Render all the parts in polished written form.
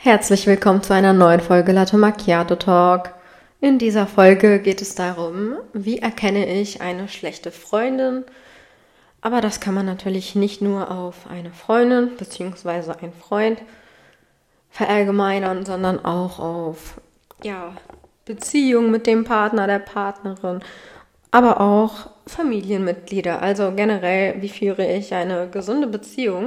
Herzlich willkommen zu einer neuen Folge Latte Macchiato Talk. In dieser Folge geht es darum, wie erkenne ich eine schlechte Freundin. Aber das kann man natürlich nicht nur auf eine Freundin bzw. einen Freund verallgemeinern, sondern auch auf Beziehungen mit dem Partner, der Partnerin, aber auch Familienmitglieder. Also generell, wie führe ich eine gesunde Beziehung?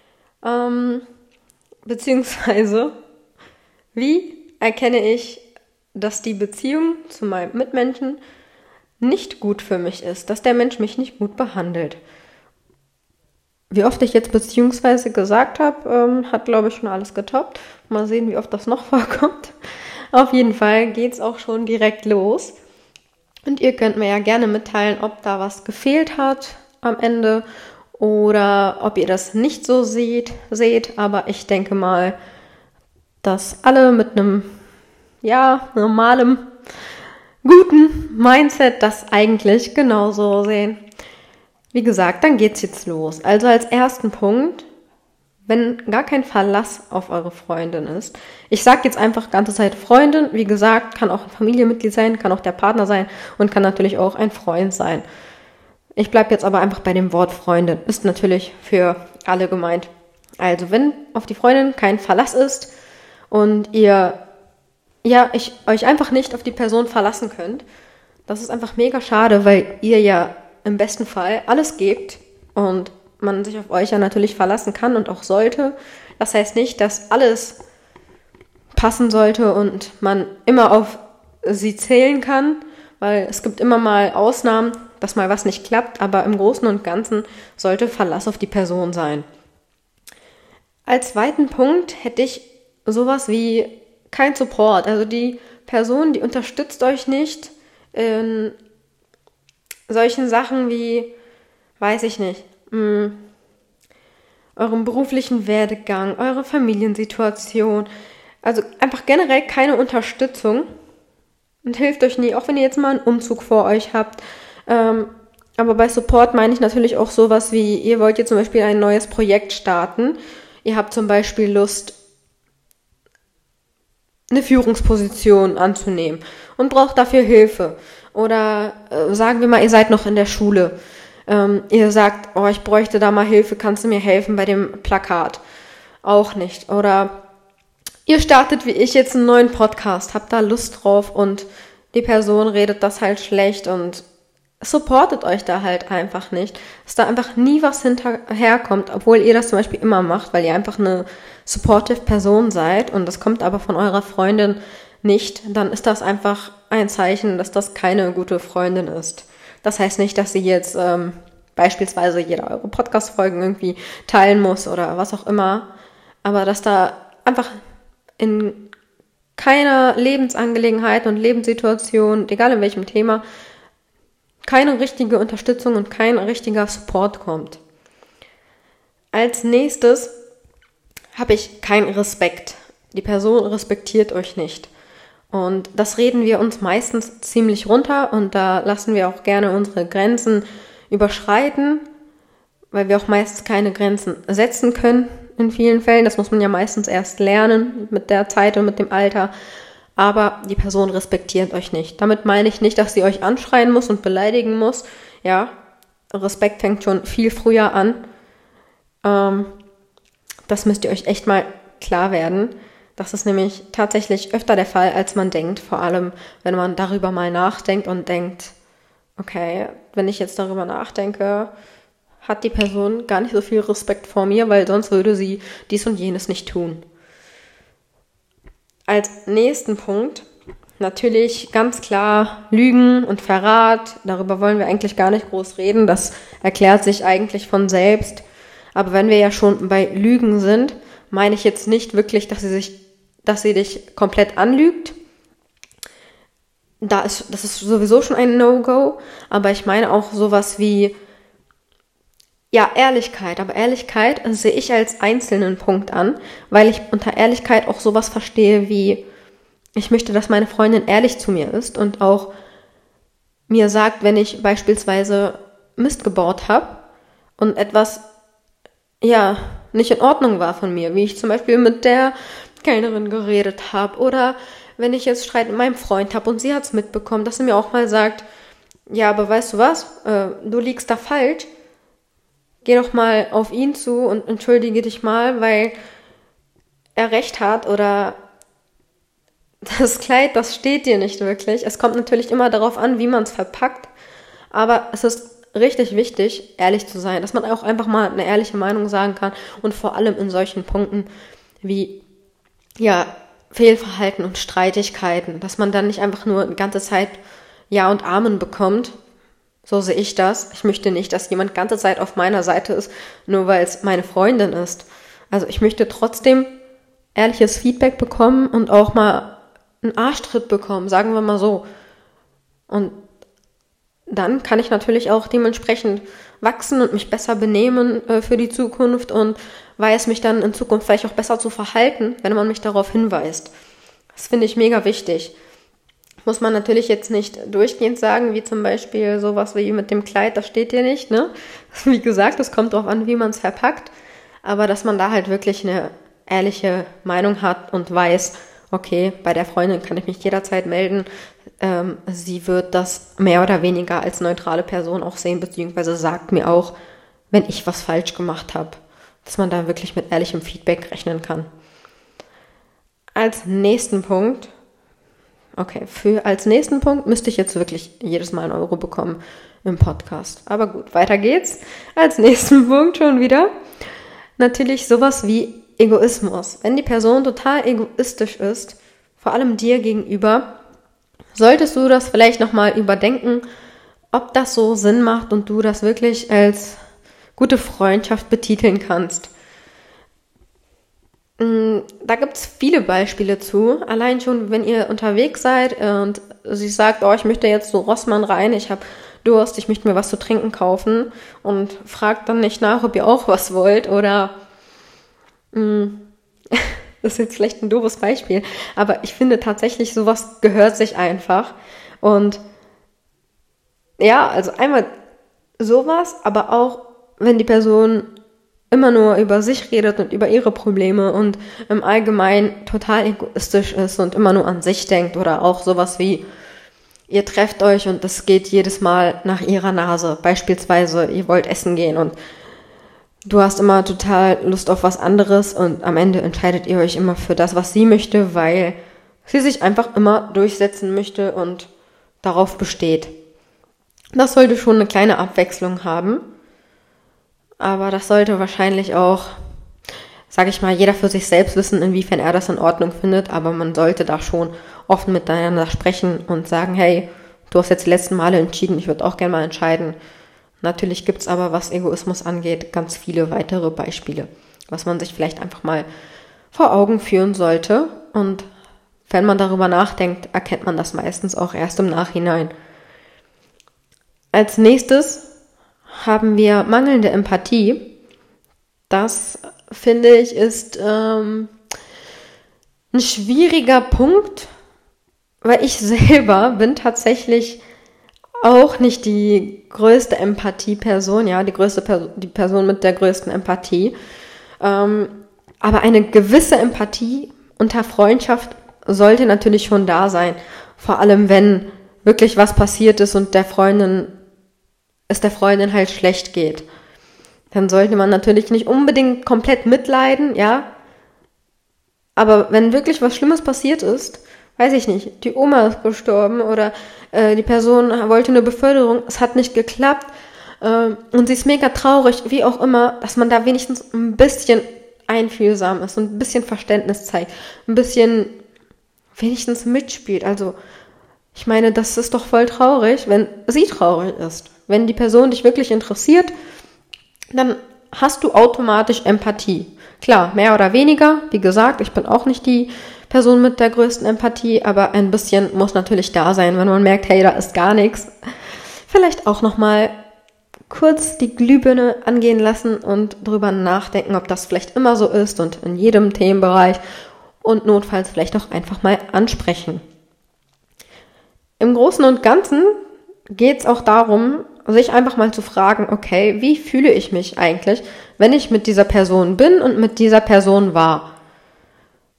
Beziehungsweise, wie erkenne ich, dass die Beziehung zu meinem Mitmenschen nicht gut für mich ist, dass der Mensch mich nicht gut behandelt. Wie oft ich jetzt beziehungsweise gesagt habe, hat, glaube ich, schon alles getoppt. Mal sehen, wie oft das noch vorkommt. Auf jeden Fall geht es auch schon direkt los. Und ihr könnt mir ja gerne mitteilen, ob da was gefehlt hat am Ende oder ob ihr das nicht so seht. Aber ich denke mal, dass alle mit einem normalem, guten Mindset das eigentlich genauso sehen. Wie gesagt, dann geht's jetzt los. Also als ersten Punkt, wenn gar kein Verlass auf eure Freundin ist. Ich sage jetzt einfach ganze Zeit Freundin. Wie gesagt, kann auch ein Familienmitglied sein, kann auch der Partner sein und kann natürlich auch ein Freund sein. Ich bleibe jetzt aber einfach bei dem Wort Freundin. Ist natürlich für alle gemeint. Also wenn auf die Freundin kein Verlass ist und ihr euch einfach nicht auf die Person verlassen könnt, das ist einfach mega schade, weil ihr ja im besten Fall alles gebt und man sich auf euch ja natürlich verlassen kann und auch sollte. Das heißt nicht, dass alles passen sollte und man immer auf sie zählen kann, weil es gibt immer mal Ausnahmen, dass mal was nicht klappt, aber im Großen und Ganzen sollte Verlass auf die Person sein. Als zweiten Punkt hätte ich sowas wie kein Support. Also die Person, die unterstützt euch nicht in solchen Sachen wie, weiß ich nicht, eurem beruflichen Werdegang, eure Familiensituation. Also einfach generell keine Unterstützung und hilft euch nie, auch wenn ihr jetzt mal einen Umzug vor euch habt. Aber bei Support meine ich natürlich auch sowas wie, ihr wollt jetzt zum Beispiel ein neues Projekt starten. Ihr habt zum Beispiel Lust, eine Führungsposition anzunehmen und braucht dafür Hilfe. Oder sagen wir mal, ihr seid noch in der Schule. Ihr sagt, ich bräuchte da mal Hilfe, kannst du mir helfen bei dem Plakat? Auch nicht. Oder ihr startet wie ich jetzt einen neuen Podcast, habt da Lust drauf und die Person redet das halt schlecht und supportet euch da halt einfach nicht, dass da einfach nie was hinterherkommt, obwohl ihr das zum Beispiel immer macht, weil ihr einfach eine supportive Person seid und das kommt aber von eurer Freundin nicht, dann ist das einfach ein Zeichen, dass das keine gute Freundin ist. Das heißt nicht, dass sie jetzt beispielsweise jede eure Podcast-Folgen irgendwie teilen muss oder was auch immer, aber dass da einfach in keiner Lebensangelegenheit und Lebenssituation, egal in welchem Thema, keine richtige Unterstützung und kein richtiger Support kommt. Als nächstes habe ich keinen Respekt. Die Person respektiert euch nicht. Und das reden wir uns meistens ziemlich runter und da lassen wir auch gerne unsere Grenzen überschreiten, weil wir auch meistens keine Grenzen setzen können in vielen Fällen. Das muss man ja meistens erst lernen mit der Zeit und mit dem Alter. Aber die Person respektiert euch nicht. Damit meine ich nicht, dass sie euch anschreien muss und beleidigen muss. Ja, Respekt fängt schon viel früher an. Das müsst ihr euch echt mal klar werden. Das ist nämlich tatsächlich öfter der Fall, als man denkt. Vor allem, wenn man darüber mal nachdenkt und denkt, okay, wenn ich jetzt darüber nachdenke, hat die Person gar nicht so viel Respekt vor mir, weil sonst würde sie dies und jenes nicht tun. Als nächsten Punkt natürlich ganz klar Lügen und Verrat. Darüber wollen wir eigentlich gar nicht groß reden. Das erklärt sich eigentlich von selbst. Aber wenn wir ja schon bei Lügen sind, meine ich jetzt nicht wirklich, dass sie dich komplett anlügt. Das ist sowieso schon ein No-Go. Aber ich meine auch sowas wie Ehrlichkeit, aber Ehrlichkeit sehe ich als einzelnen Punkt an, weil ich unter Ehrlichkeit auch sowas verstehe wie, ich möchte, dass meine Freundin ehrlich zu mir ist und auch mir sagt, wenn ich beispielsweise Mist gebaut habe und etwas nicht in Ordnung war von mir, wie ich zum Beispiel mit der Kellnerin geredet habe oder wenn ich jetzt Streit mit meinem Freund habe und sie hat es mitbekommen, dass sie mir auch mal sagt, ja, aber weißt du was, du liegst da falsch, geh doch mal auf ihn zu und entschuldige dich mal, weil er recht hat oder das Kleid, das steht dir nicht wirklich. Es kommt natürlich immer darauf an, wie man es verpackt, aber es ist richtig wichtig, ehrlich zu sein, dass man auch einfach mal eine ehrliche Meinung sagen kann und vor allem in solchen Punkten wie, ja, Fehlverhalten und Streitigkeiten, dass man dann nicht einfach nur die ganze Zeit Ja und Amen bekommt. So sehe ich das. Ich möchte nicht, dass jemand die ganze Zeit auf meiner Seite ist, nur weil es meine Freundin ist. Also ich möchte trotzdem ehrliches Feedback bekommen und auch mal einen Arschtritt bekommen, sagen wir mal so. Und dann kann ich natürlich auch dementsprechend wachsen und mich besser benehmen für die Zukunft und weiß mich dann in Zukunft vielleicht auch besser zu verhalten, wenn man mich darauf hinweist. Das finde ich mega wichtig. Muss man natürlich jetzt nicht durchgehend sagen, wie zum Beispiel sowas wie mit dem Kleid, das steht dir nicht, ne? Wie gesagt, es kommt darauf an, wie man es verpackt, aber dass man da halt wirklich eine ehrliche Meinung hat und weiß, okay, bei der Freundin kann ich mich jederzeit melden. Sie wird das mehr oder weniger als neutrale Person auch sehen, beziehungsweise sagt mir auch, wenn ich was falsch gemacht habe, dass man da wirklich mit ehrlichem Feedback rechnen kann. Als nächsten Punkt müsste ich jetzt wirklich jedes Mal 1 Euro bekommen im Podcast. Aber gut, weiter geht's. Als nächsten Punkt schon wieder. Natürlich sowas wie Egoismus. Wenn die Person total egoistisch ist, vor allem dir gegenüber, solltest du das vielleicht nochmal überdenken, ob das so Sinn macht und du das wirklich als gute Freundschaft betiteln kannst. Da gibt es viele Beispiele zu. Allein schon, wenn ihr unterwegs seid und sie sagt, ich möchte jetzt so Rossmann rein, ich habe Durst, ich möchte mir was zu trinken kaufen und fragt dann nicht nach, ob ihr auch was wollt oder das ist jetzt vielleicht ein doofes Beispiel, aber ich finde tatsächlich, sowas gehört sich einfach. Und ja, also einmal sowas, aber auch, wenn die Person immer nur über sich redet und über ihre Probleme und im Allgemeinen total egoistisch ist und immer nur an sich denkt oder auch sowas wie, ihr trefft euch und das geht jedes Mal nach ihrer Nase. Beispielsweise, ihr wollt essen gehen und du hast immer total Lust auf was anderes und am Ende entscheidet ihr euch immer für das, was sie möchte, weil sie sich einfach immer durchsetzen möchte und darauf besteht. Das sollte schon eine kleine Abwechslung haben, aber das sollte wahrscheinlich auch, sage ich mal, jeder für sich selbst wissen, inwiefern er das in Ordnung findet, aber man sollte da schon offen miteinander sprechen und sagen, hey, du hast jetzt die letzten Male entschieden, ich würde auch gerne mal entscheiden. Natürlich gibt es aber, was Egoismus angeht, ganz viele weitere Beispiele, was man sich vielleicht einfach mal vor Augen führen sollte. Und wenn man darüber nachdenkt, erkennt man das meistens auch erst im Nachhinein. Als nächstes haben wir mangelnde Empathie. Das, finde ich, ist ein schwieriger Punkt, weil ich selber bin tatsächlich auch nicht die größte Empathie-Person, ja, die Person mit der größten Empathie. Aber eine gewisse Empathie unter Freundschaft sollte natürlich schon da sein. Vor allem, wenn wirklich was passiert ist und der Freundin halt schlecht geht. Dann sollte man natürlich nicht unbedingt komplett mitleiden, ja. Aber wenn wirklich was Schlimmes passiert ist, weiß ich nicht, die Oma ist gestorben oder die Person wollte eine Beförderung, es hat nicht geklappt und sie ist mega traurig, wie auch immer, dass man da wenigstens ein bisschen einfühlsam ist und ein bisschen Verständnis zeigt, ein bisschen wenigstens mitspielt. Also ich meine, das ist doch voll traurig, wenn sie traurig ist. Wenn die Person dich wirklich interessiert, dann hast du automatisch Empathie. Klar, mehr oder weniger, wie gesagt, ich bin auch nicht die Person mit der größten Empathie, aber ein bisschen muss natürlich da sein, wenn man merkt, hey, da ist gar nichts. Vielleicht auch nochmal kurz die Glühbirne angehen lassen und drüber nachdenken, ob das vielleicht immer so ist und in jedem Themenbereich und notfalls vielleicht auch einfach mal ansprechen. Im Großen und Ganzen geht es auch darum, sich einfach mal zu fragen, okay, wie fühle ich mich eigentlich, wenn ich mit dieser Person bin und mit dieser Person war?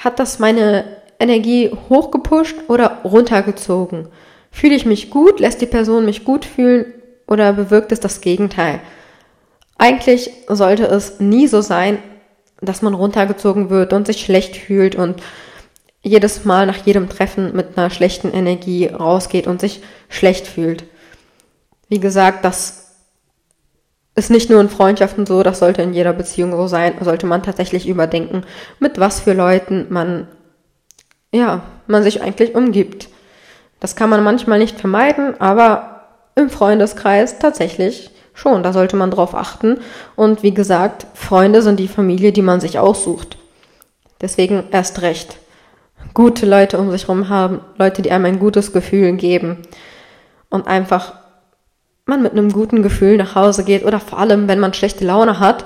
Hat das meine Energie hochgepusht oder runtergezogen? Fühle ich mich gut? Lässt die Person mich gut fühlen? Oder bewirkt es das Gegenteil? Eigentlich sollte es nie so sein, dass man runtergezogen wird und sich schlecht fühlt und jedes Mal nach jedem Treffen mit einer schlechten Energie rausgeht und sich schlecht fühlt. Wie gesagt, das ist nicht nur in Freundschaften so, das sollte in jeder Beziehung so sein, sollte man tatsächlich überdenken, mit was für Leuten man sich eigentlich umgibt. Das kann man manchmal nicht vermeiden, aber im Freundeskreis tatsächlich schon, da sollte man drauf achten. Und wie gesagt, Freunde sind die Familie, die man sich aussucht. Deswegen erst recht. Gute Leute um sich herum haben, Leute, die einem ein gutes Gefühl geben und einfach man mit einem guten Gefühl nach Hause geht oder vor allem, wenn man schlechte Laune hat,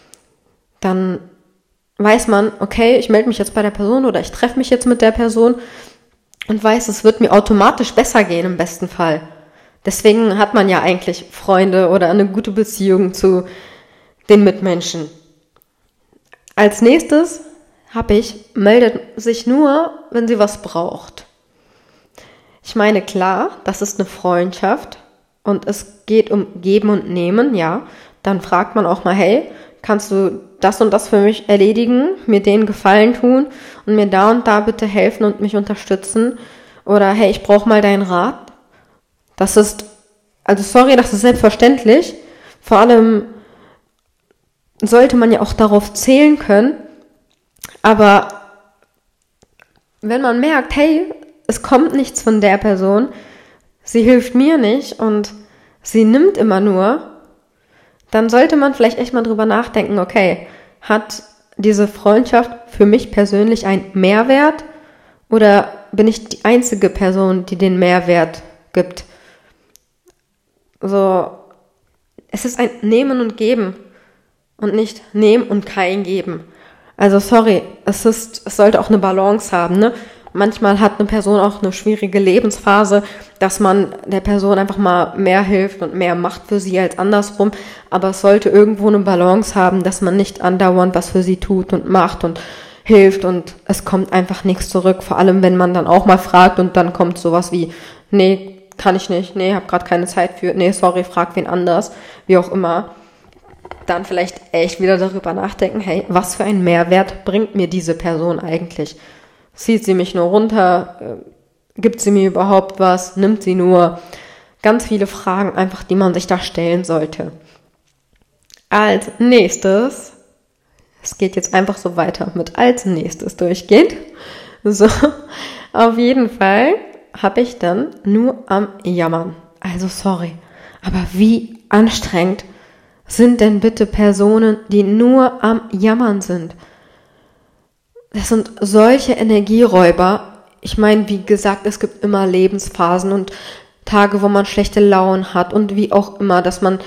dann weiß man, okay, ich melde mich jetzt bei der Person oder ich treffe mich jetzt mit der Person und weiß, es wird mir automatisch besser gehen im besten Fall. Deswegen hat man ja eigentlich Freunde oder eine gute Beziehung zu den Mitmenschen. Als nächstes meldet sich nur, wenn sie was braucht. Ich meine, klar, das ist eine Freundschaft und es geht um Geben und Nehmen, ja. Dann fragt man auch mal, hey, kannst du das und das für mich erledigen, mir den Gefallen tun und mir da und da bitte helfen und mich unterstützen? Oder hey, ich brauche mal deinen Rat. Das ist selbstverständlich. Vor allem sollte man ja auch darauf zählen können. Aber wenn man merkt, hey, es kommt nichts von der Person, sie hilft mir nicht und sie nimmt immer nur, dann sollte man vielleicht echt mal drüber nachdenken, okay, hat diese Freundschaft für mich persönlich einen Mehrwert oder bin ich die einzige Person, die den Mehrwert gibt? So, es ist ein Nehmen und Geben und nicht Nehmen und kein Geben. Also sorry, es sollte auch eine Balance haben, ne? Manchmal hat eine Person auch eine schwierige Lebensphase, dass man der Person einfach mal mehr hilft und mehr macht für sie als andersrum. Aber es sollte irgendwo eine Balance haben, dass man nicht andauernd was für sie tut und macht und hilft und es kommt einfach nichts zurück. Vor allem, wenn man dann auch mal fragt und dann kommt sowas wie, nee, kann ich nicht, nee, hab gerade keine Zeit für, nee, sorry, frag wen anders, wie auch immer. Dann vielleicht echt wieder darüber nachdenken, hey, was für einen Mehrwert bringt mir diese Person eigentlich? Zieht sie mich nur runter? Gibt sie mir überhaupt was? Nimmt sie nur? Ganz viele Fragen einfach, die man sich da stellen sollte. Als nächstes, es geht jetzt einfach so weiter mit als nächstes durchgeht. So, auf jeden Fall habe ich dann nur am Jammern. Also sorry, aber wie anstrengend sind denn bitte Personen, die nur am Jammern sind? Das sind solche Energieräuber. Ich meine, wie gesagt, es gibt immer Lebensphasen und Tage, wo man schlechte Laune hat und wie auch immer, dass man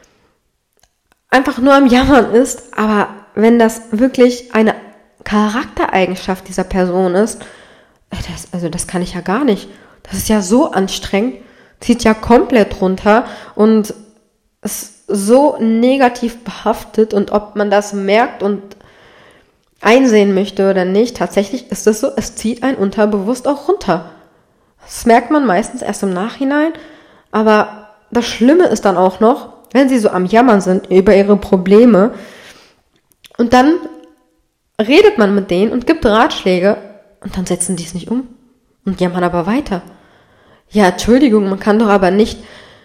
einfach nur am Jammern ist. Aber wenn das wirklich eine Charaktereigenschaft dieser Person ist, das kann ich ja gar nicht. Das ist ja so anstrengend, zieht ja komplett runter und ist so negativ behaftet und ob man das merkt und einsehen möchte oder nicht, tatsächlich ist es so, es zieht einen unterbewusst auch runter. Das merkt man meistens erst im Nachhinein, aber das Schlimme ist dann auch noch, wenn sie so am Jammern sind über ihre Probleme und dann redet man mit denen und gibt Ratschläge und dann setzen die es nicht um und jammern aber weiter. Ja, Entschuldigung, man kann doch aber nicht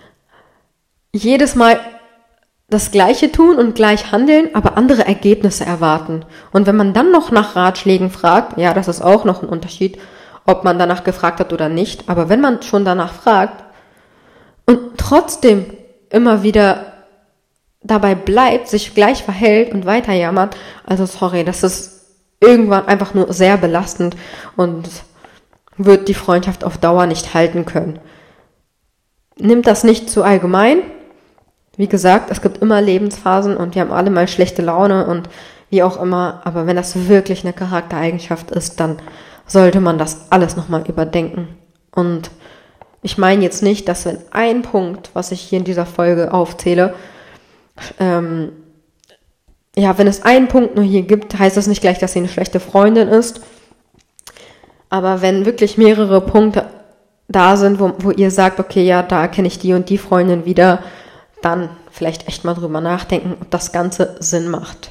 jedes Mal das Gleiche tun und gleich handeln, aber andere Ergebnisse erwarten. Und wenn man dann noch nach Ratschlägen fragt, ja, das ist auch noch ein Unterschied, ob man danach gefragt hat oder nicht, aber wenn man schon danach fragt und trotzdem immer wieder dabei bleibt, sich gleich verhält und weiter jammert, also sorry, das ist irgendwann einfach nur sehr belastend und wird die Freundschaft auf Dauer nicht halten können. Nimmt das nicht zu allgemein. Wie gesagt, es gibt immer Lebensphasen und wir haben alle mal schlechte Laune und wie auch immer. Aber wenn das wirklich eine Charaktereigenschaft ist, dann sollte man das alles nochmal überdenken. Und ich meine jetzt nicht, dass wenn ein Punkt, was ich hier in dieser Folge aufzähle, wenn es einen Punkt nur hier gibt, heißt das nicht gleich, dass sie eine schlechte Freundin ist. Aber wenn wirklich mehrere Punkte da sind, wo ihr sagt, okay, ja, da erkenne ich die und die Freundin wieder, dann vielleicht echt mal drüber nachdenken, ob das Ganze Sinn macht.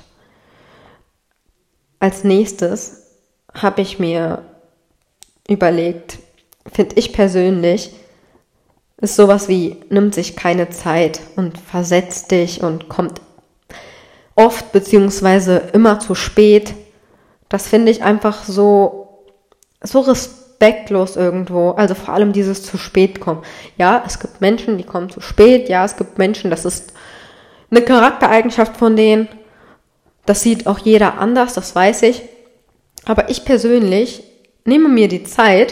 Als nächstes habe ich mir überlegt, finde ich persönlich, ist sowas wie, nimmt sich keine Zeit und versetzt dich und kommt oft beziehungsweise immer zu spät. Das finde ich einfach so respektlos irgendwo. Also vor allem dieses zu spät kommen. Ja, es gibt Menschen, die kommen zu spät. Ja, es gibt Menschen, das ist eine Charaktereigenschaft von denen. Das sieht auch jeder anders, das weiß ich. Aber ich persönlich nehme mir die Zeit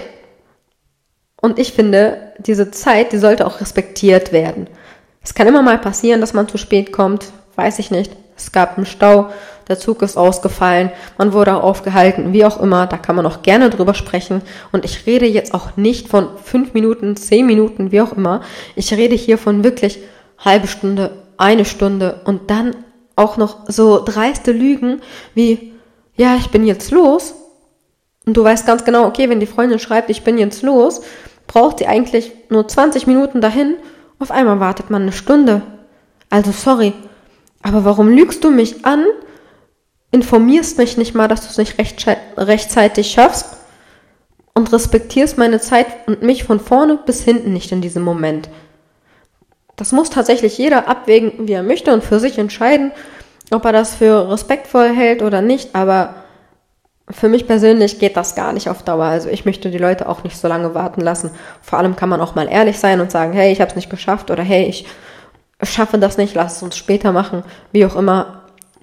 und ich finde, diese Zeit, die sollte auch respektiert werden. Es kann immer mal passieren, dass man zu spät kommt, weiß ich nicht. Es gab einen Stau, der Zug ist ausgefallen, man wurde aufgehalten, wie auch immer, da kann man auch gerne drüber sprechen. Und ich rede jetzt auch nicht von 5 Minuten, 10 Minuten, wie auch immer. Ich rede hier von wirklich halbe Stunde, 1 Stunde und dann auch noch so dreiste Lügen wie, ja, ich bin jetzt los. Und du weißt ganz genau, okay, wenn die Freundin schreibt, ich bin jetzt los, braucht sie eigentlich nur 20 Minuten dahin, auf einmal wartet man 1 Stunde. Also sorry, aber warum lügst du mich an, informierst mich nicht mal, dass du es nicht rechtzeitig schaffst und respektierst meine Zeit und mich von vorne bis hinten nicht in diesem Moment. Das muss tatsächlich jeder abwägen, wie er möchte und für sich entscheiden, ob er das für respektvoll hält oder nicht, aber für mich persönlich geht das gar nicht auf Dauer. Also ich möchte die Leute auch nicht so lange warten lassen. Vor allem kann man auch mal ehrlich sein und sagen, hey, ich habe es nicht geschafft oder hey, ich schaffe das nicht, lass es uns später machen. Wie auch immer,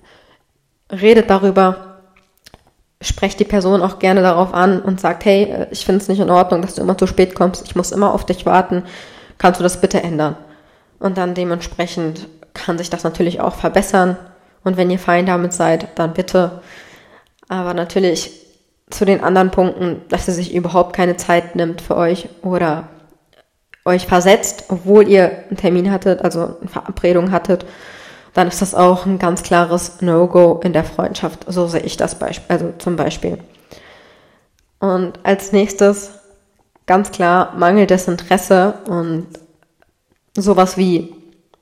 redet darüber, sprecht die Person auch gerne darauf an und sagt, hey, ich finde es nicht in Ordnung, dass du immer zu spät kommst, ich muss immer auf dich warten, kannst du das bitte ändern? Und dann dementsprechend kann sich das natürlich auch verbessern und wenn ihr fein damit seid, dann bitte. Aber natürlich zu den anderen Punkten, dass sie sich überhaupt keine Zeit nimmt für euch oder euch versetzt, obwohl ihr einen Termin hattet, also eine Verabredung hattet, dann ist das auch ein ganz klares No-Go in der Freundschaft. So sehe ich das zum Beispiel. Und als nächstes ganz klar mangelndes Interesse und sowas wie,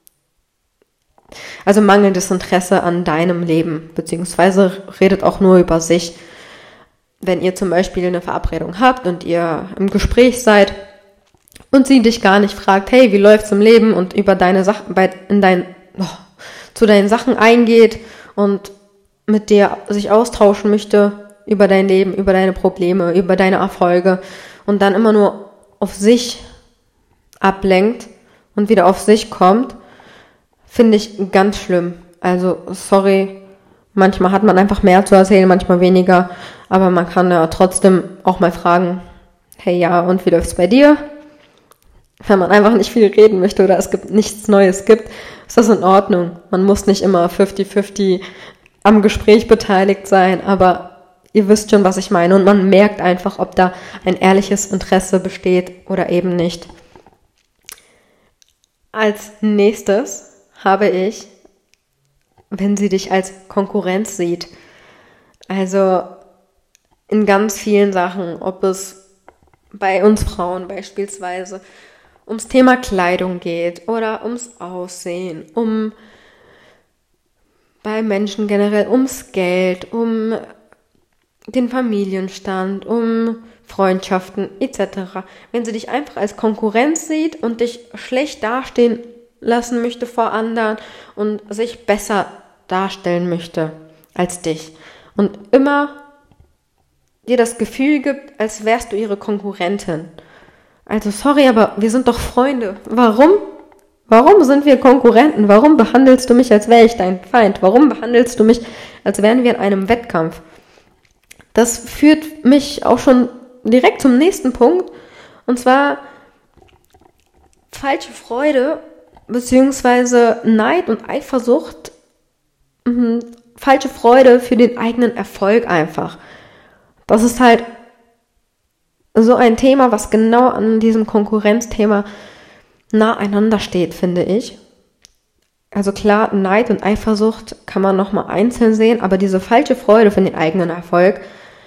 also mangelndes Interesse an deinem Leben, beziehungsweise redet auch nur über sich. Wenn ihr zum Beispiel eine Verabredung habt und ihr im Gespräch seid und sie dich gar nicht fragt, hey, wie läuft's im Leben und über deine Sachen, zu deinen Sachen eingeht und mit dir sich austauschen möchte über dein Leben, über deine Probleme, über deine Erfolge und dann immer nur auf sich ablenkt und wieder auf sich kommt, finde ich ganz schlimm. Also, sorry, manchmal hat man einfach mehr zu erzählen, manchmal weniger, aber man kann ja trotzdem auch mal fragen, hey, ja, und wie läuft's bei dir? Wenn man einfach nicht viel reden möchte oder es gibt nichts Neues gibt, ist das in Ordnung. Man muss nicht immer 50-50 am Gespräch beteiligt sein, aber ihr wisst schon, was ich meine. Und man merkt einfach, ob da ein ehrliches Interesse besteht oder eben nicht. Als nächstes habe ich, wenn sie dich als Konkurrenz sieht, also in ganz vielen Sachen, ob es bei uns Frauen beispielsweise ums Thema Kleidung geht oder ums Aussehen, bei Menschen generell ums Geld, um den Familienstand, um Freundschaften etc. Wenn sie dich einfach als Konkurrenz sieht und dich schlecht dastehen lassen möchte vor anderen und sich besser darstellen möchte als dich und immer dir das Gefühl gibt, als wärst du ihre Konkurrentin. Also sorry, aber wir sind doch Freunde. Warum? Warum sind wir Konkurrenten? Warum behandelst du mich, als wäre ich dein Feind? Warum behandelst du mich, als wären wir in einem Wettkampf? Das führt mich auch schon direkt zum nächsten Punkt. Und zwar falsche Freude beziehungsweise Neid und Eifersucht. Falsche Freude für den eigenen Erfolg einfach. Das ist halt so ein Thema, was genau an diesem Konkurrenzthema nah einander steht, finde ich. Also klar, Neid und Eifersucht kann man nochmal einzeln sehen, aber diese falsche Freude für den eigenen Erfolg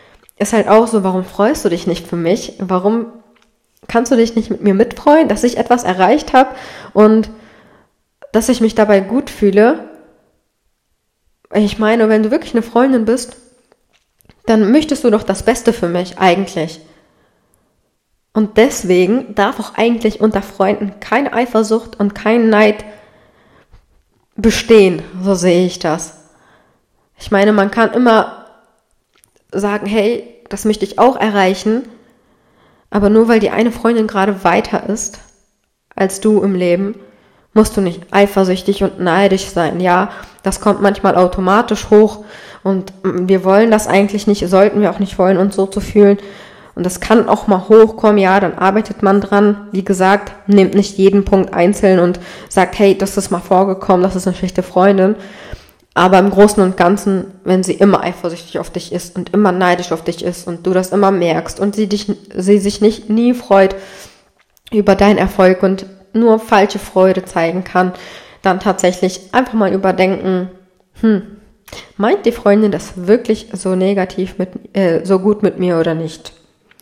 ist halt auch so, warum freust du dich nicht für mich? Warum kannst du dich nicht mit mir mitfreuen, dass ich etwas erreicht habe und dass ich mich dabei gut fühle? Ich meine, wenn du wirklich eine Freundin bist, dann möchtest du doch das Beste für mich eigentlich. Und deswegen darf auch eigentlich unter Freunden keine Eifersucht und kein Neid bestehen, so sehe ich das. Ich meine, man kann immer sagen, hey, das möchte ich auch erreichen, aber nur weil die eine Freundin gerade weiter ist als du im Leben, musst du nicht eifersüchtig und neidisch sein. Ja, das kommt manchmal automatisch hoch und wir wollen das eigentlich nicht, sollten wir auch nicht wollen, uns so zu fühlen. Und das kann auch mal hochkommen, ja, dann arbeitet man dran. Wie gesagt, nehmt nicht jeden Punkt einzeln und sagt, hey, das ist mal vorgekommen, das ist eine schlechte Freundin. Aber im Großen und Ganzen, wenn sie immer eifersüchtig auf dich ist und immer neidisch auf dich ist und du das immer merkst und sie sich nie freut über deinen Erfolg und nur falsche Freude zeigen kann, dann tatsächlich einfach mal überdenken, meint die Freundin das wirklich so negativ so gut mit mir oder nicht?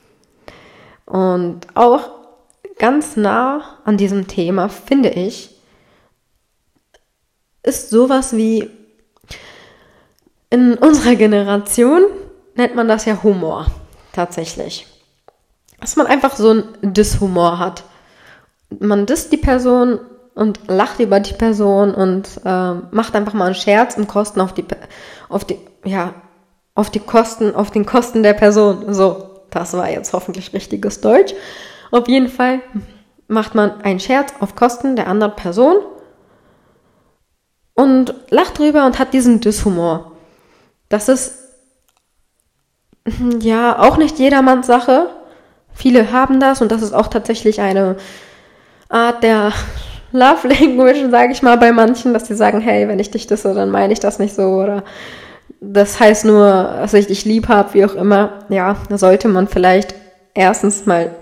Und auch ganz nah an diesem Thema, finde ich, ist sowas wie, in unserer Generation nennt man das ja Humor, tatsächlich. Dass man einfach so einen Diss-Humor hat. Man disst die Person und lacht über die Person und macht einfach mal einen Scherz im Kosten auf den Kosten der Person. So, das war jetzt hoffentlich richtiges Deutsch. Auf jeden Fall macht man einen Scherz auf Kosten der anderen Person und lacht drüber und hat diesen Diss-Humor. Das ist ja auch nicht jedermanns Sache. Viele haben das und das ist auch tatsächlich eine Art der Love Language, sage ich mal, bei manchen, dass sie sagen, hey, wenn ich dich disse, dann meine ich das nicht so oder das heißt nur, dass ich dich lieb habe, wie auch immer. Ja, da sollte man vielleicht erstens mal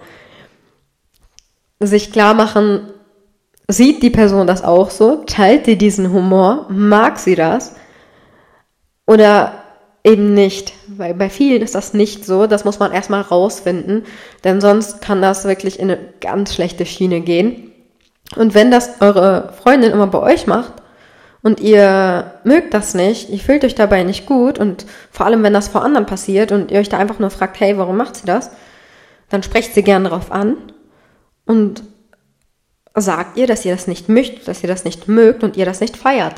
sich klar machen, sieht die Person das auch so? Teilt sie diesen Humor? Mag sie das? Oder eben nicht? Weil bei vielen ist das nicht so. Das muss man erstmal rausfinden. Denn sonst kann das wirklich in eine ganz schlechte Schiene gehen. Und wenn das eure Freundin immer bei euch macht und ihr mögt das nicht, ihr fühlt euch dabei nicht gut und vor allem, wenn das vor anderen passiert und ihr euch da einfach nur fragt, hey, warum macht sie das? Dann sprecht sie gerne darauf an und sagt ihr, dass ihr das nicht mögt, dass ihr das nicht mögt und ihr das nicht feiert.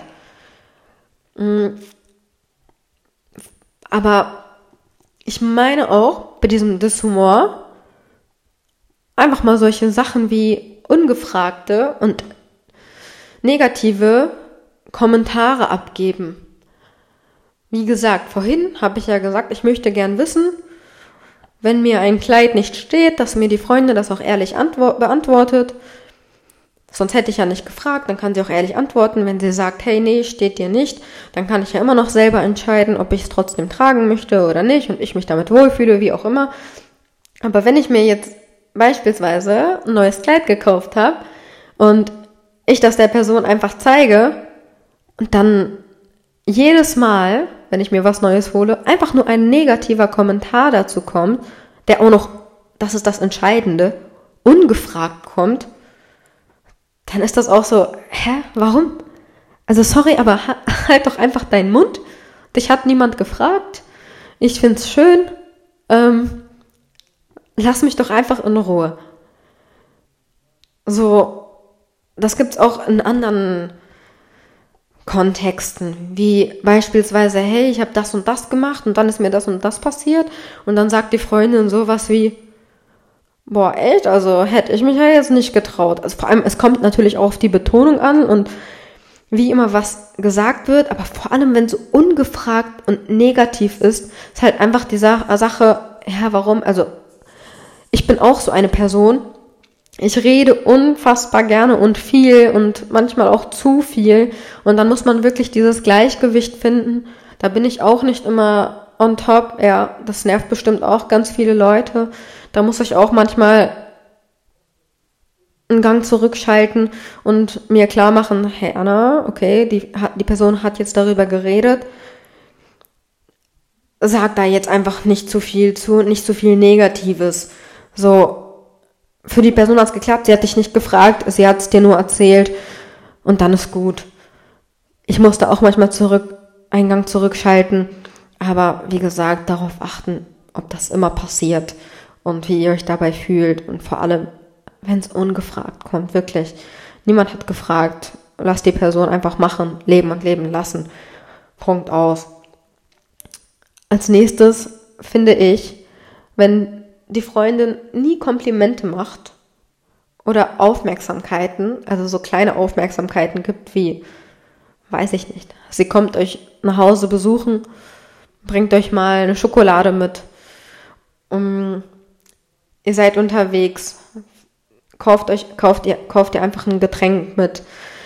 Aber ich meine auch bei diesem Dishumor einfach mal solche Sachen wie ungefragte und negative Kommentare abgeben. Wie gesagt, vorhin habe ich ja gesagt, ich möchte gern wissen, wenn mir ein Kleid nicht steht, dass mir die Freundin das auch ehrlich beantwortet. Sonst hätte ich ja nicht gefragt, dann kann sie auch ehrlich antworten. Wenn sie sagt, hey, nee, steht dir nicht, dann kann ich ja immer noch selber entscheiden, ob ich es trotzdem tragen möchte oder nicht und ich mich damit wohlfühle, wie auch immer. Aber wenn ich mir jetzt beispielsweise ein neues Kleid gekauft habe und ich das der Person einfach zeige und dann jedes Mal, wenn ich mir was Neues hole, einfach nur ein negativer Kommentar dazu kommt, der auch noch, das ist das Entscheidende, ungefragt kommt, dann ist das auch so, warum? Also sorry, aber halt doch einfach deinen Mund. Dich hat niemand gefragt. Ich find's schön. Lass mich doch einfach in Ruhe. So, das gibt's auch in anderen Kontexten, wie beispielsweise, hey, ich habe das und das gemacht und dann ist mir das und das passiert und dann sagt die Freundin sowas wie, boah, echt, also hätte ich mich ja jetzt nicht getraut. Also vor allem, es kommt natürlich auch auf die Betonung an und wie immer was gesagt wird, aber vor allem, wenn es so ungefragt und negativ ist halt einfach die Sache, ja, warum? Also ich bin auch so eine Person, ich rede unfassbar gerne und viel und manchmal auch zu viel und dann muss man wirklich dieses Gleichgewicht finden. Da bin ich auch nicht immer on top. Ja, das nervt bestimmt auch ganz viele Leute. Da muss ich auch manchmal einen Gang zurückschalten und mir klar machen, hey Anna, okay, die Person hat jetzt darüber geredet. sag da jetzt einfach nicht zu viel zu, nicht zu viel Negatives. So, für die Person hat's geklappt, sie hat dich nicht gefragt, sie hat's dir nur erzählt und dann ist gut. Ich musste auch manchmal Eingang zurückschalten, aber wie gesagt, darauf achten, ob das immer passiert und wie ihr euch dabei fühlt und vor allem, wenn es ungefragt kommt, wirklich. Niemand hat gefragt, lass die Person einfach machen, leben und leben lassen. Punkt aus. Als nächstes finde ich, wenn die Freundin nie Komplimente macht oder Aufmerksamkeiten, also so kleine Aufmerksamkeiten gibt wie, weiß ich nicht, sie kommt euch nach Hause besuchen, bringt euch mal eine Schokolade mit, ihr seid unterwegs, kauft ihr einfach ein Getränk mit,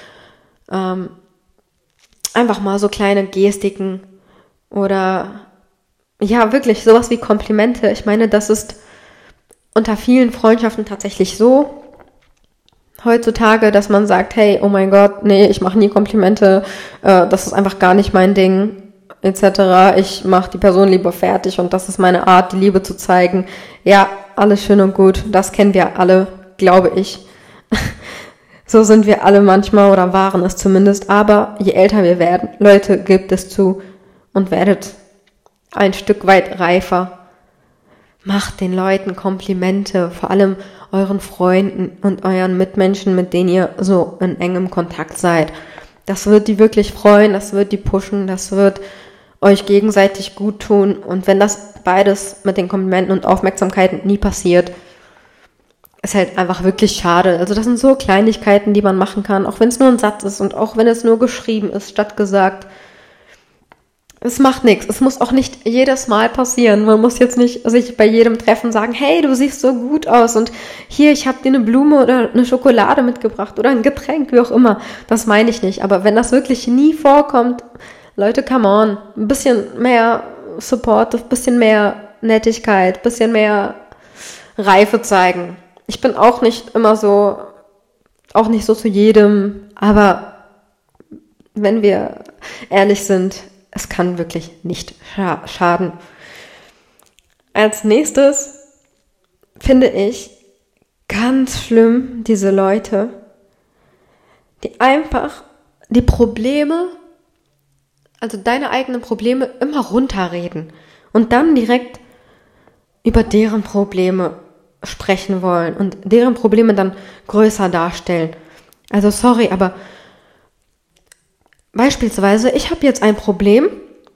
einfach mal so kleine Gestiken oder ja, wirklich sowas wie Komplimente. Ich meine, das ist unter vielen Freundschaften tatsächlich so heutzutage, dass man sagt, hey, oh mein Gott, nee, ich mache nie Komplimente, das ist einfach gar nicht mein Ding, etc. Ich mache die Person lieber fertig und das ist meine Art, die Liebe zu zeigen. Ja, alles schön und gut, das kennen wir alle, glaube ich. So sind wir alle manchmal oder waren es zumindest, aber je älter wir werden, Leute, gebt es zu und werdet ein Stück weit reifer. Macht den Leuten Komplimente, vor allem euren Freunden und euren Mitmenschen, mit denen ihr so in engem Kontakt seid. Das wird die wirklich freuen, das wird die pushen, das wird euch gegenseitig gut tun. Und wenn das beides mit den Komplimenten und Aufmerksamkeiten nie passiert, ist halt einfach wirklich schade. Also das sind so Kleinigkeiten, die man machen kann, auch wenn es nur ein Satz ist und auch wenn es nur geschrieben ist, statt gesagt. Es macht nichts. Es muss auch nicht jedes Mal passieren. Man muss jetzt nicht sich bei jedem Treffen sagen, hey, du siehst so gut aus und hier, ich habe dir eine Blume oder eine Schokolade mitgebracht oder ein Getränk, wie auch immer. Das meine ich nicht. Aber wenn das wirklich nie vorkommt, Leute, come on. Ein bisschen mehr Support, ein bisschen mehr Nettigkeit, ein bisschen mehr Reife zeigen. Ich bin auch nicht so zu jedem, aber wenn wir ehrlich sind, es kann wirklich nicht schaden. Als nächstes finde ich ganz schlimm diese Leute, die einfach die Probleme, also deine eigenen Probleme immer runterreden und dann direkt über deren Probleme sprechen wollen und deren Probleme dann größer darstellen. Also sorry, aber beispielsweise, ich habe jetzt ein Problem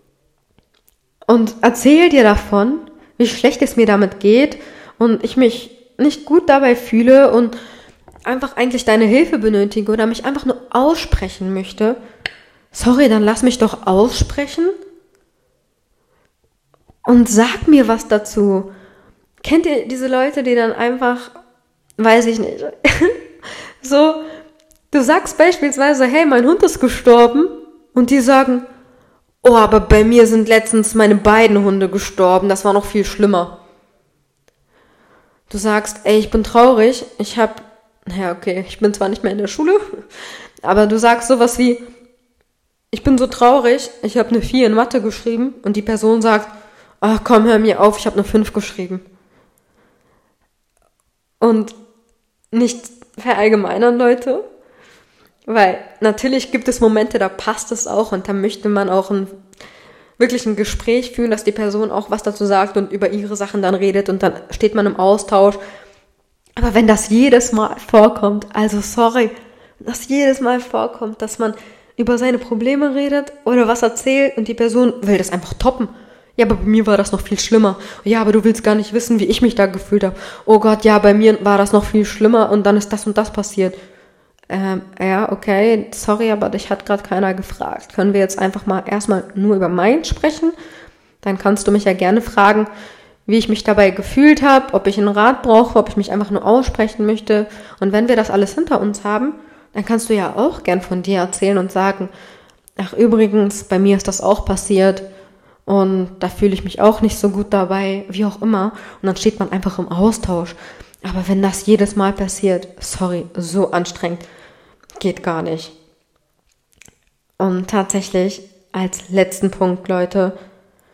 und erzähle dir davon, wie schlecht es mir damit geht und ich mich nicht gut dabei fühle und einfach eigentlich deine Hilfe benötige oder mich einfach nur aussprechen möchte. Sorry, dann lass mich doch aussprechen und sag mir was dazu. Kennt ihr diese Leute, die dann einfach, weiß ich nicht, so, du sagst beispielsweise, hey, mein Hund ist gestorben und die sagen, oh, aber bei mir sind letztens meine beiden Hunde gestorben, das war noch viel schlimmer. Du sagst, ey, ich bin traurig, ich bin zwar nicht mehr in der Schule, aber du sagst sowas wie, ich bin so traurig, ich habe eine 4 in Mathe geschrieben und die Person sagt, ach komm, hör mir auf, ich habe eine 5 geschrieben. Und nicht verallgemeinern, Leute, weil natürlich gibt es Momente, da passt es auch und da möchte man auch wirklich ein Gespräch führen, dass die Person auch was dazu sagt und über ihre Sachen dann redet und dann steht man im Austausch. Aber wenn das jedes Mal vorkommt, also sorry, dass jedes Mal vorkommt, dass man über seine Probleme redet oder was erzählt und die Person will das einfach toppen. Ja, aber bei mir war das noch viel schlimmer. Ja, aber du willst gar nicht wissen, wie ich mich da gefühlt habe. Oh Gott, ja, bei mir war das noch viel schlimmer und dann ist das und das passiert. Ja, okay, sorry, aber dich hat gerade keiner gefragt. Können wir jetzt einfach mal erstmal nur über meins sprechen? Dann kannst du mich ja gerne fragen, wie ich mich dabei gefühlt habe, ob ich einen Rat brauche, ob ich mich einfach nur aussprechen möchte. Und wenn wir das alles hinter uns haben, dann kannst du ja auch gern von dir erzählen und sagen, ach übrigens, bei mir ist das auch passiert. Und da fühle ich mich auch nicht so gut dabei, wie auch immer. Und dann steht man einfach im Austausch. Aber wenn das jedes Mal passiert, sorry, so anstrengend, geht gar nicht. Und tatsächlich als letzten Punkt, Leute,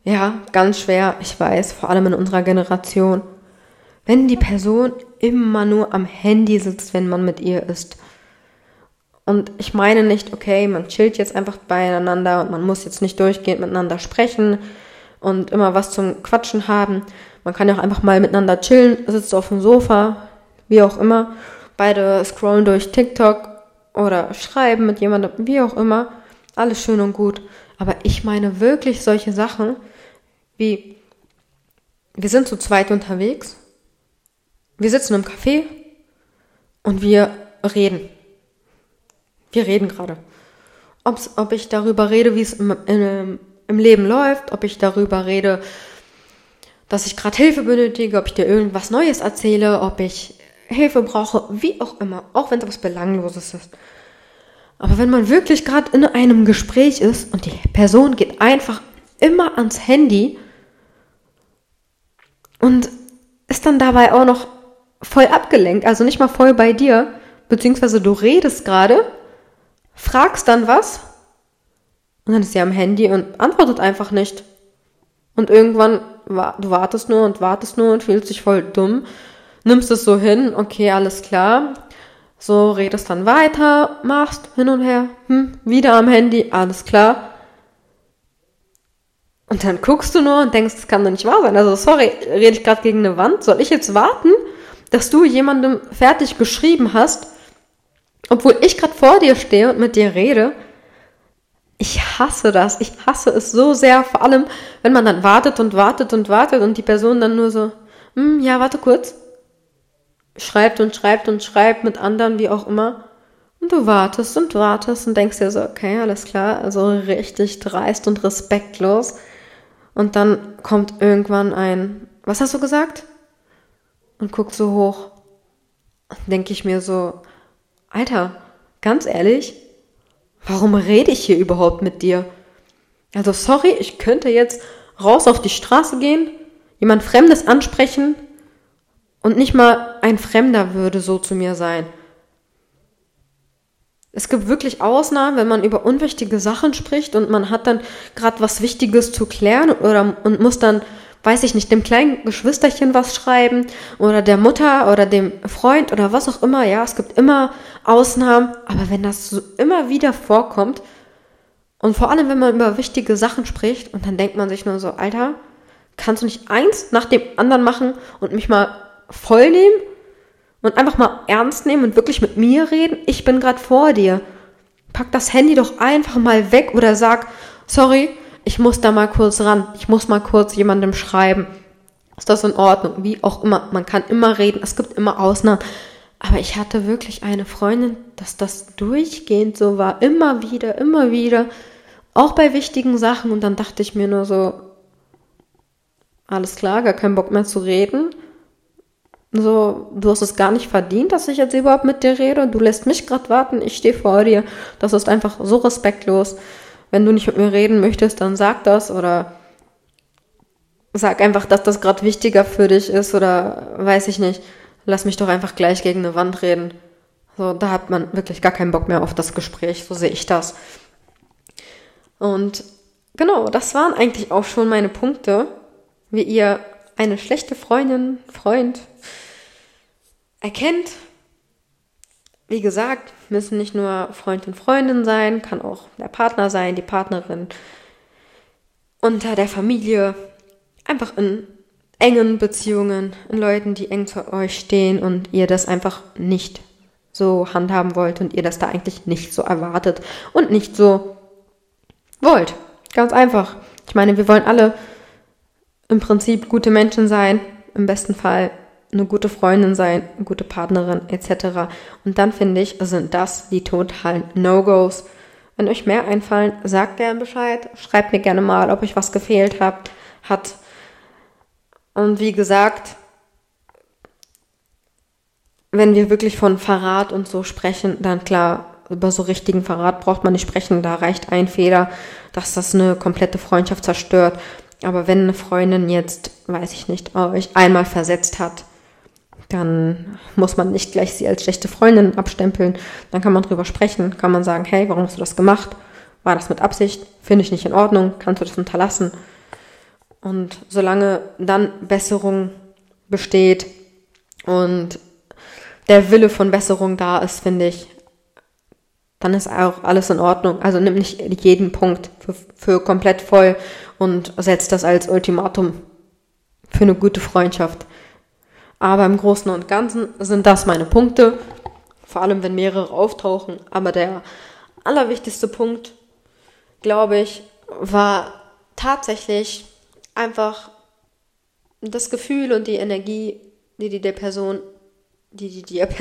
Ja, ganz schwer, ich weiß, vor allem in unserer Generation. Wenn die Person immer nur am Handy sitzt, wenn man mit ihr ist. Und ich meine nicht, okay, man chillt jetzt einfach beieinander und man muss jetzt nicht durchgehend miteinander sprechen und immer was zum Quatschen haben. Man kann ja auch einfach mal miteinander chillen, sitzt auf dem Sofa, wie auch immer. Beide scrollen durch TikTok oder schreiben mit jemandem, wie auch immer. Alles schön und gut. Aber ich meine wirklich solche Sachen wie, wir sind zu zweit unterwegs, wir sitzen im Café und wir reden. Wir reden gerade. Ob ich darüber rede, wie es im Leben läuft, ob ich darüber rede, dass ich gerade Hilfe benötige, ob ich dir irgendwas Neues erzähle, ob ich Hilfe brauche, wie auch immer, auch wenn es was Belangloses ist. Aber wenn man wirklich gerade in einem Gespräch ist und die Person geht einfach immer ans Handy und ist dann dabei auch noch voll abgelenkt, also nicht mal voll bei dir, beziehungsweise du redest gerade, fragst dann was und dann ist sie am Handy und antwortet einfach nicht. Und irgendwann, du wartest nur und fühlst dich voll dumm, nimmst es so hin, okay, alles klar, so redest dann weiter, machst hin und her, wieder am Handy, alles klar. Und dann guckst du nur und denkst, das kann doch nicht wahr sein. Also sorry, rede ich gerade gegen eine Wand? Soll ich jetzt warten, dass du jemandem fertig geschrieben hast, obwohl ich gerade vor dir stehe und mit dir rede? Ich hasse das. Ich hasse es so sehr. Vor allem, wenn man dann wartet und die Person dann nur so, ja, warte kurz. Schreibt mit anderen, wie auch immer. Und du wartest und denkst dir so, okay, alles klar, also richtig dreist und respektlos. Und dann kommt irgendwann was hast du gesagt? Und guckt so hoch. Denke ich mir so, Alter, ganz ehrlich, warum rede ich hier überhaupt mit dir? Also sorry, ich könnte jetzt raus auf die Straße gehen, jemand Fremdes ansprechen und nicht mal ein Fremder würde so zu mir sein. Es gibt wirklich Ausnahmen, wenn man über unwichtige Sachen spricht und man hat dann gerade was Wichtiges zu klären und muss dann, weiß ich nicht, dem kleinen Geschwisterchen was schreiben oder der Mutter oder dem Freund oder was auch immer. Ja, es gibt immer Ausnahmen, aber wenn das so immer wieder vorkommt und vor allem, wenn man über wichtige Sachen spricht und dann denkt man sich nur so, Alter, kannst du nicht eins nach dem anderen machen und mich mal voll nehmen? Und einfach mal ernst nehmen und wirklich mit mir reden. Ich bin gerade vor dir. Pack das Handy doch einfach mal weg oder sag, sorry, ich muss da mal kurz ran. Ich muss mal kurz jemandem schreiben. Ist das in Ordnung? Wie auch immer. Man kann immer reden. Es gibt immer Ausnahmen. Aber ich hatte wirklich eine Freundin, dass das durchgehend so war. Immer wieder. Auch bei wichtigen Sachen. Und dann dachte ich mir nur so, alles klar, gar keinen Bock mehr zu reden. So, du hast es gar nicht verdient, dass ich jetzt überhaupt mit dir rede. Du lässt mich gerade warten, ich stehe vor dir. Das ist einfach so respektlos. Wenn du nicht mit mir reden möchtest, dann sag das oder sag einfach, dass das gerade wichtiger für dich ist oder weiß ich nicht. Lass mich doch einfach gleich gegen eine Wand reden. So, da hat man wirklich gar keinen Bock mehr auf das Gespräch. So sehe ich das. Und genau, das waren eigentlich auch schon meine Punkte, wie ihr eine schlechte Freundin, Freund erkennt. Wie gesagt, müssen nicht nur Freund und Freundin sein, kann auch der Partner sein, die Partnerin, unter der Familie, einfach in engen Beziehungen, in Leuten, die eng zu euch stehen und ihr das einfach nicht so handhaben wollt und ihr das da eigentlich nicht so erwartet und nicht so wollt. Ganz einfach. Ich meine, wir wollen alle im Prinzip gute Menschen sein, im besten Fall eine gute Freundin sein, eine gute Partnerin etc. Und dann finde ich, sind das die totalen No-Gos. Wenn euch mehr einfallen, sagt gerne Bescheid, schreibt mir gerne mal, ob euch was gefehlt hat. Und wie gesagt, wenn wir wirklich von Verrat und so sprechen, dann klar, über so richtigen Verrat braucht man nicht sprechen, da reicht ein Fehler, dass das eine komplette Freundschaft zerstört. Aber wenn eine Freundin jetzt, weiß ich nicht, euch einmal versetzt hat, dann muss man nicht gleich sie als schlechte Freundin abstempeln. Dann kann man drüber sprechen, kann man sagen, hey, warum hast du das gemacht? War das mit Absicht? Finde ich nicht in Ordnung? Kannst du das unterlassen? Und solange dann Besserung besteht und der Wille von Besserung da ist, finde ich, dann ist auch alles in Ordnung. Also nimm nicht jeden Punkt für komplett voll und setz das als Ultimatum für eine gute Freundschaft. Aber im Großen und Ganzen sind das meine Punkte, vor allem wenn mehrere auftauchen. Aber der allerwichtigste Punkt, glaube ich, war tatsächlich einfach das Gefühl und die Energie, die der Person, die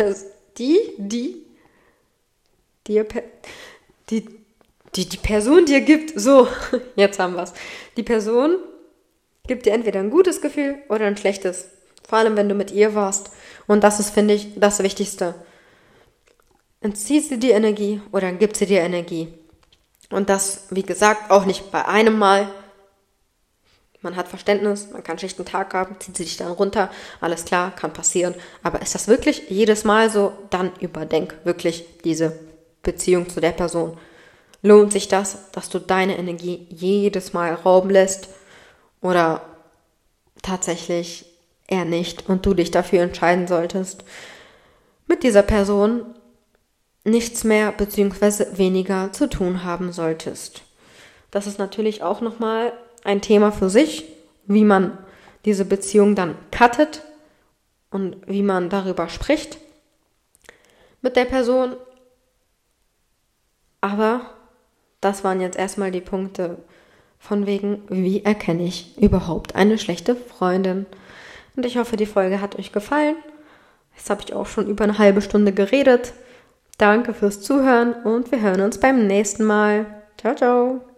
Person dir gibt. So, jetzt haben wir es. Die Person gibt dir entweder ein gutes Gefühl oder ein schlechtes. Vor allem, wenn du mit ihr warst. Und das ist, finde ich, das Wichtigste. Entzieht sie dir Energie oder gibt sie dir Energie? Und das, wie gesagt, auch nicht bei einem Mal. Man hat Verständnis, man kann einen schlechten Tag haben, zieht sie dich dann runter. Alles klar, kann passieren. Aber ist das wirklich jedes Mal so? Dann überdenk wirklich diese Beziehung zu der Person. Lohnt sich das, dass du deine Energie jedes Mal rauben lässt? Oder tatsächlich eher nicht und du dich dafür entscheiden solltest, mit dieser Person nichts mehr bzw. weniger zu tun haben solltest. Das ist natürlich auch nochmal ein Thema für sich, wie man diese Beziehung dann cuttet und wie man darüber spricht mit der Person. Aber das waren jetzt erstmal die Punkte von wegen, wie erkenne ich überhaupt eine schlechte Freundin. Und ich hoffe, die Folge hat euch gefallen. Jetzt habe ich auch schon über eine halbe Stunde geredet. Danke fürs Zuhören und wir hören uns beim nächsten Mal. Ciao, ciao.